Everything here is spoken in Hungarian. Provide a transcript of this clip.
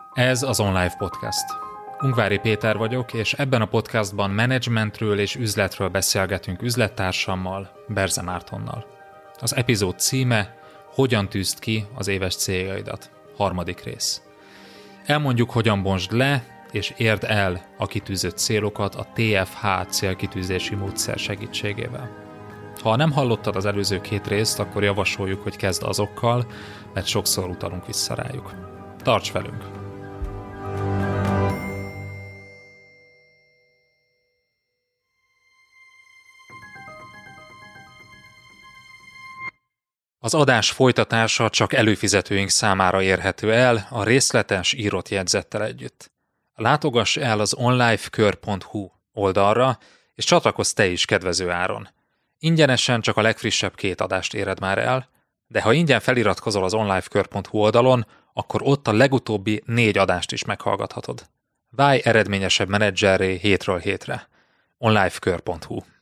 Ez az OnLive Podcast. Ungvári Péter vagyok, és ebben a podcastban menedzsmentről és üzletről beszélgetünk üzlettársammal, Berze Mártonnal. Az epizód címe: Hogyan tűzd ki az éves céljaidat? 3. rész. Elmondjuk, hogyan bontsd le és érd el a kitűzött célokat a TFH célkitűzési módszer segítségével. Ha nem hallottad az előző 2 részt, akkor javasoljuk, hogy kezd azokkal, mert sokszor utalunk vissza rájuk. Tarts velünk! Az adás folytatása csak előfizetőink számára érhető el a részletes írott jegyzettel együtt. Látogass el az onlifekör.hu oldalra, és csatlakozz te is kedvező áron. Ingyenesen csak a legfrissebb 2 adást éred már el, de ha ingyen feliratkozol az onlifekör.hu oldalon, akkor ott a legutóbbi 4 adást is meghallgathatod. Válj eredményesebb menedzserré hétről hétre. onlifekör.hu